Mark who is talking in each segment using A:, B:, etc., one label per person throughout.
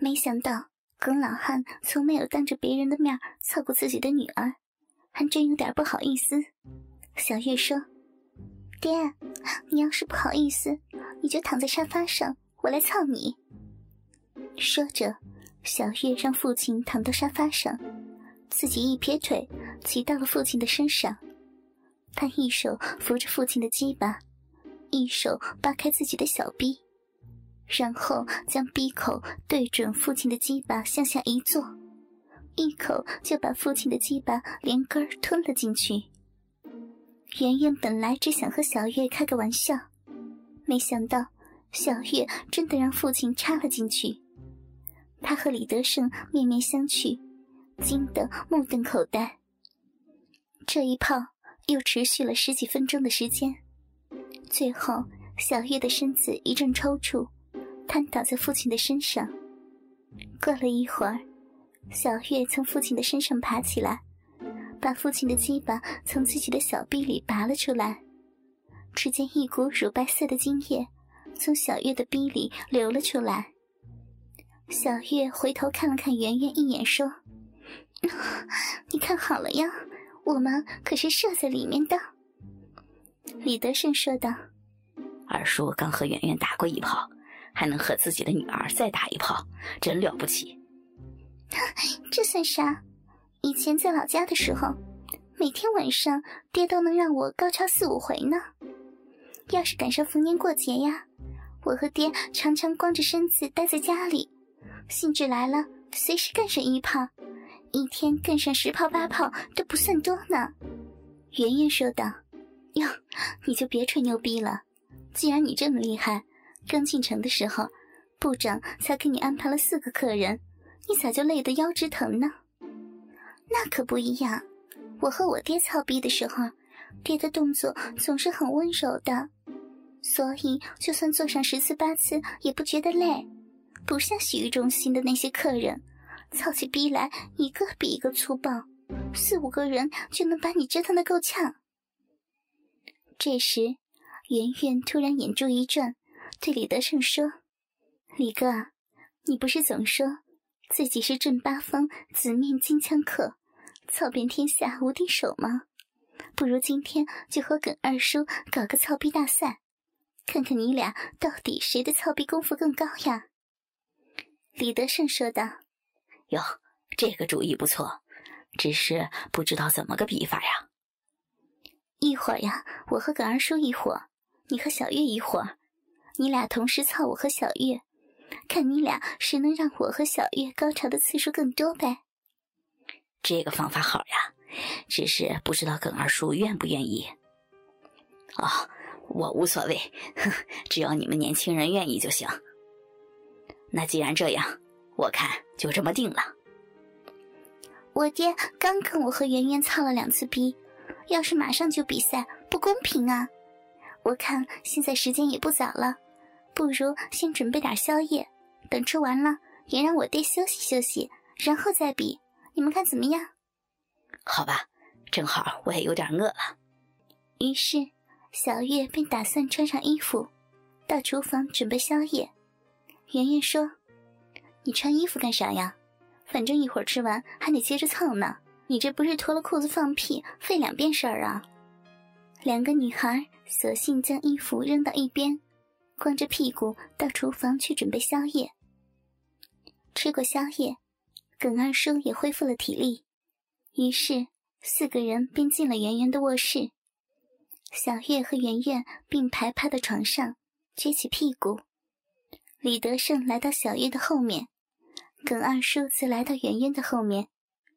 A: 没想到耿老汉从没有当着别人的面操过自己的女儿，还真有点不好意思。小月说：爹，你要是不好意思，你就躺在沙发上，我来操你。说着，小月让父亲躺到沙发上，自己一撇腿骑到了父亲的身上。他一手扶着父亲的鸡巴，一手扒开自己的小逼，然后将逼口对准父亲的鸡巴向下一坐，一口就把父亲的鸡巴连根儿吞了进去。圆圆本来只想和小月开个玩笑，没想到小月真的让父亲插了进去。他和李德胜面面相觑，惊得目瞪口呆。这一炮又持续了10几分钟的时间，最后小月的身子一阵抽搐，瘫倒在父亲的身上。过了一会儿，小月从父亲的身上爬起来，把父亲的鸡巴从自己的小臂里拔了出来。只见一股乳白色的精液从小月的逼里流了出来。小月回头看了看圆圆一眼，说：你看好了呀，我们可是射在里面的。李德胜说道：
B: 二叔刚和圆圆打过一炮，还能和自己的女儿再打一炮，真了不起。
A: 这算啥？以前在老家的时候，每天晚上爹都能让我高潮4、5回呢。要是赶上逢年过节呀，我和爹常常光着身子待在家里，兴致来了随时干上1炮，一天干上10炮8炮都不算多呢。圆圆说道：哟，你就别吹牛逼了，既然你这么厉害，刚进城的时候部长才给你安排了4个客人，你咋就累得腰直疼呢？那可不一样，我和我爹操逼的时候，爹的动作总是很温柔的，所以就算做上10次8次也不觉得累，不像洗浴中心的那些客人，操起逼来一个比一个粗暴，4、5个人就能把你折腾得够呛。这时圆圆突然眼珠一转，对李德胜说：李哥，你不是总说自己是正八方紫面金枪客，操遍天下无敌手吗？不如今天就和耿二叔搞个操逼大赛，看看你俩到底谁的操逼功夫更高呀。李德胜说道：
B: 哟，这个主意不错，只是不知道怎么个比法呀。
A: 一会儿呀，我和耿二叔一伙，你和小月一伙，你俩同时操我和小月，看你俩谁能让我和小月高潮的次数更多呗。
B: 这个方法好呀，只是不知道耿二叔愿不愿意。哦，我无所谓，只要你们年轻人愿意就行。那既然这样，我看就这么定了。
A: 我爹刚跟我和圆圆操了2次逼，要是马上就比赛不公平啊。我看现在时间也不早了，不如先准备点宵夜，等吃完了也让我爹休息休息，然后再比，你们看怎么样？
B: 好吧，正好我也有点饿了。
A: 于是小月便打算穿上衣服到厨房准备宵夜。圆圆说：你穿衣服干啥呀？反正一会儿吃完还得接着操呢，你这不是脱了裤子放屁费2遍事儿啊。2个女孩索性将衣服扔到一边，光着屁股到厨房去准备宵夜。吃过宵夜，耿二叔也恢复了体力，于是4个人便进了圆圆的卧室。小月和圆圆并排趴到床上，撅起屁股。李德胜来到小月的后面，耿二叔则来到圆圆的后面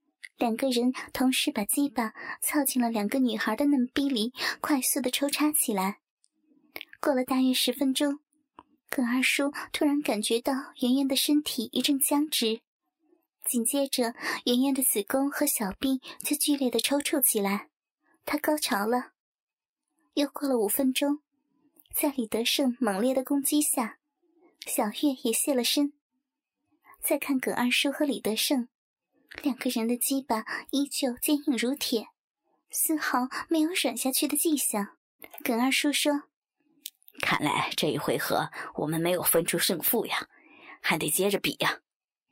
A: ，2个人同时把鸡巴操进了2个女孩的嫩逼里，快速地抽插起来。过了大约10分钟，耿二叔突然感觉到圆圆的身体一阵僵直，紧接着圆圆的子宫和小臂就剧烈地抽搐起来，她高潮了。又过了5分钟，在李德胜猛烈的攻击下，小月也泄了身。再看耿二叔和李德胜，2个人的鸡巴依旧坚硬如铁，丝毫没有软下去的迹象。耿二叔说：
B: 看来这一回合我们没有分出胜负呀，还得接着比呀。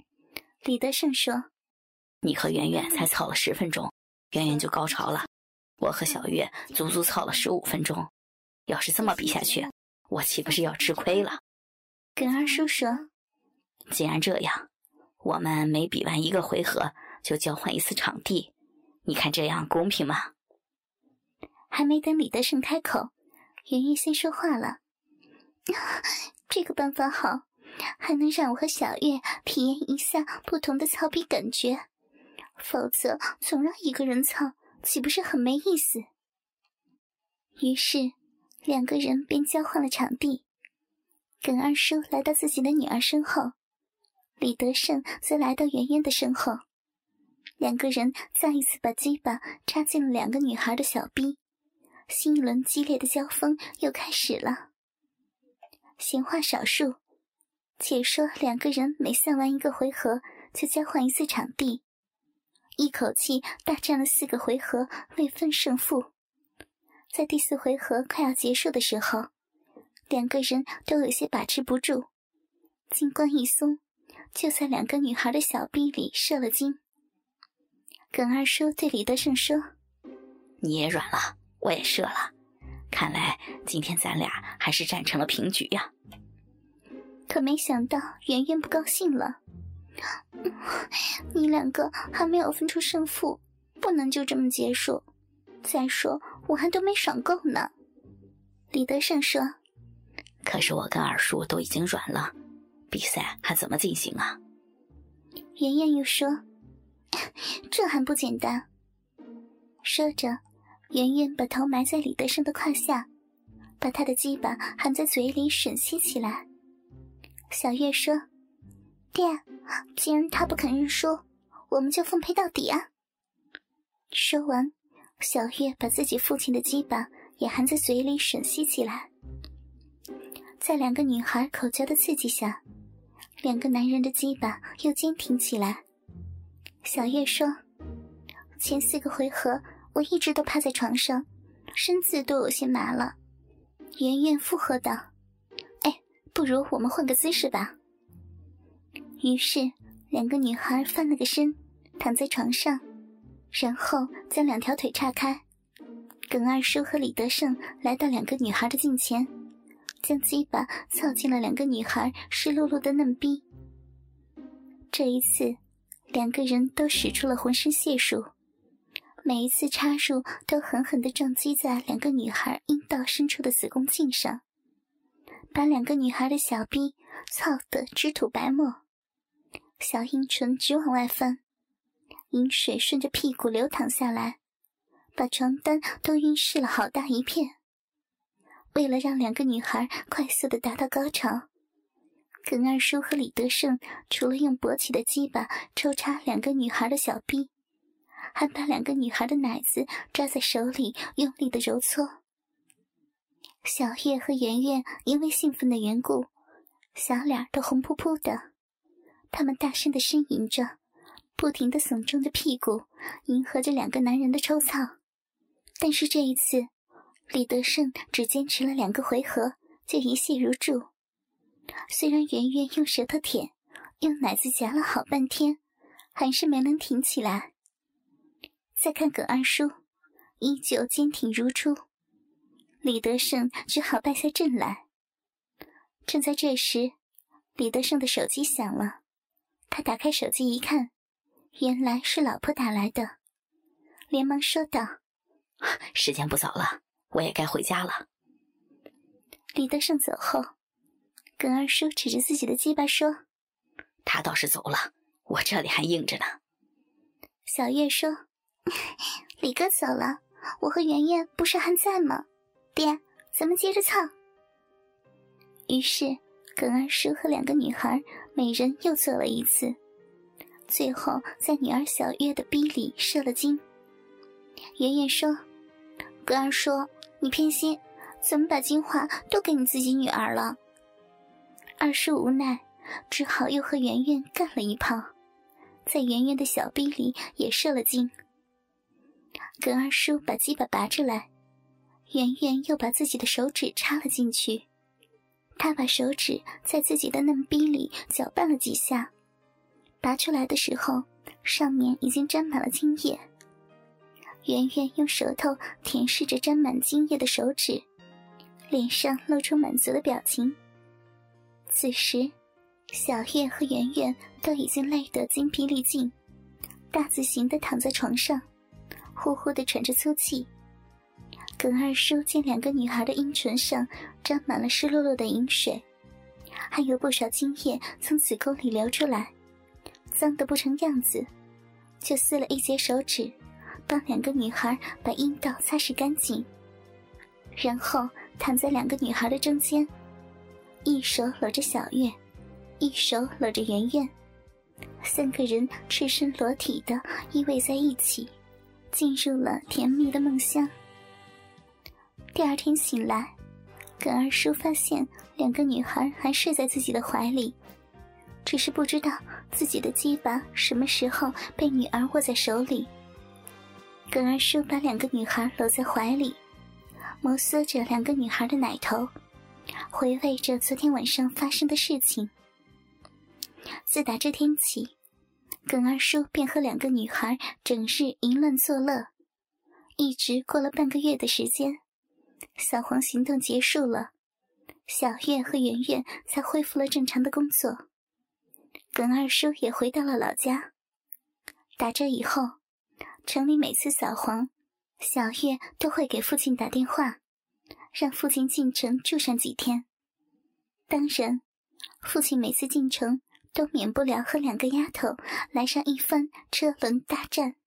A: 李德胜说：
B: 你和圆圆才操了10分钟，圆圆就高潮了。我和小月足足操了15分钟，要是这么比下去，我岂不是要吃亏了？
A: 耿二叔说：
B: 既然这样，我们每比完1个回合就交换1次场地，你看这样公平吗？
A: 还没等李德胜开口，圆圆先说话了：这个办法好，还能让我和小月体验一下不同的操逼感觉，否则总让一个人操，岂不是很没意思？于是2个人便交换了场地。耿二叔来到自己的女儿身后，李德胜则来到圆圆的身后，2个人再一次把鸡巴插进了2个女孩的小逼，新一轮激烈的交锋又开始了。闲话少述，且说2个人每散完1个回合就交换1次场地，一口气大战了4个回合，未分胜负。在第4回合快要结束的时候，2个人都有些把持不住，金冠一松，就在2个女孩的小臂里射了精。耿二叔对李德胜说：
B: 你也软了，我也射了，看来今天咱俩还是战成了平局呀。
A: 可没想到圆圆不高兴了：你2个还没有分出胜负，不能就这么结束，再说我还都没爽够呢。李德胜说：
B: 可是我跟二叔都已经软了，比赛还怎么进行啊？
A: 圆圆又说：这还不简单。说着，圆圆把头埋在李德胜的胯下，把他的鸡巴含在嘴里吮吸起来。小月说：爹，既然他不肯认输，我们就奉陪到底啊。说完，小月把自己父亲的鸡巴也含在嘴里吮吸起来。在2个女孩口交的刺激下，2个男人的鸡巴又坚挺起来。小月说：前4个回合我一直都趴在床上，身子都有些麻了。圆圆附和道：哎，不如我们换个姿势吧。于是2个女孩翻了个身，躺在床上，然后将2条腿岔开。耿二叔和李德胜来到2个女孩的近前，将鸡巴操进了2个女孩湿漉漉的嫩逼。这一次2个人都使出了浑身解数，每一次插入都狠狠地撞击在2个女孩阴道深处的子宫颈上，把2个女孩的小逼操得直吐白沫，小阴唇直往外翻，饮水顺着屁股流淌下来，把床单都晕湿了好大一片。为了让2个女孩快速地达到高潮，耿二叔和李德胜除了用勃起的鸡巴抽插2个女孩的小逼，还把2个女孩的奶子抓在手里用力地揉搓。小月和圆圆因为兴奋的缘故，小脸都红扑扑的，他们大声地呻吟着，不停地耸动着屁股，迎合着2个男人的抽操。但是这一次李德胜只坚持了2个回合就一泻如注，虽然圆圆用舌头舔，用奶子夹了好半天，还是没能挺起来。再看耿二叔，依旧坚挺如初，李德胜只好败下阵来。正在这时，李德胜的手机响了，他打开手机一看，原来是老婆打来的，连忙说道：
B: 时间不早了，我也该回家了。
A: 李德胜走后，耿二叔指着自己的鸡巴说：
B: 他倒是走了，我这里还硬着呢。
A: 小月说：李哥走了，我和圆圆不是还在吗？爹，咱们接着操。于是耿二叔和2个女孩每人又做了一次，最后在女儿小月的逼里射了精。圆圆说：耿二叔，你偏心，怎么把精华都给你自己女儿了？二叔无奈，只好又和圆圆干了一炮，在圆圆的小逼里也射了精。耿二叔把鸡巴拔出来，圆圆又把自己的手指插了进去，他把手指在自己的嫩逼里搅拌了几下， 拔出来的时候，上面已经沾满了精液。圆圆用舌头舔舐着沾满精液的手指，脸上露出满足的表情。此时小月和圆圆都已经累得精疲力尽，大字形地躺在床上，呼呼地喘着粗气。耿二叔见两个女孩的阴唇上沾满了湿漉漉的饮水，还有不少精液从子宫里流出来，脏得不成样子，就撕了一截手指，帮两个女孩把阴道擦拭干净，然后躺在两个女孩的中间，一手搂着小月，一手搂着圆圆，三个人赤身裸体的依偎在一起，进入了甜蜜的梦乡。第二天醒来，耿二叔发现两个女孩还睡在自己的怀里，只是不知道自己的鸡巴什么时候被女儿握在手里。耿二叔把两个女孩搂在怀里，摩挲着两个女孩的奶头，回味着昨天晚上发生的事情。自打这天起，耿二叔便和两个女孩整日淫乱作乐，一直过了半个月的时间，扫黄行动结束了，小月和圆圆才恢复了正常的工作。耿二叔也回到了老家。打这以后，城里每次扫黄，小月都会给父亲打电话，让父亲进城住上几天。当然，父亲每次进城都免不了和两个丫头来上一番车轮大战。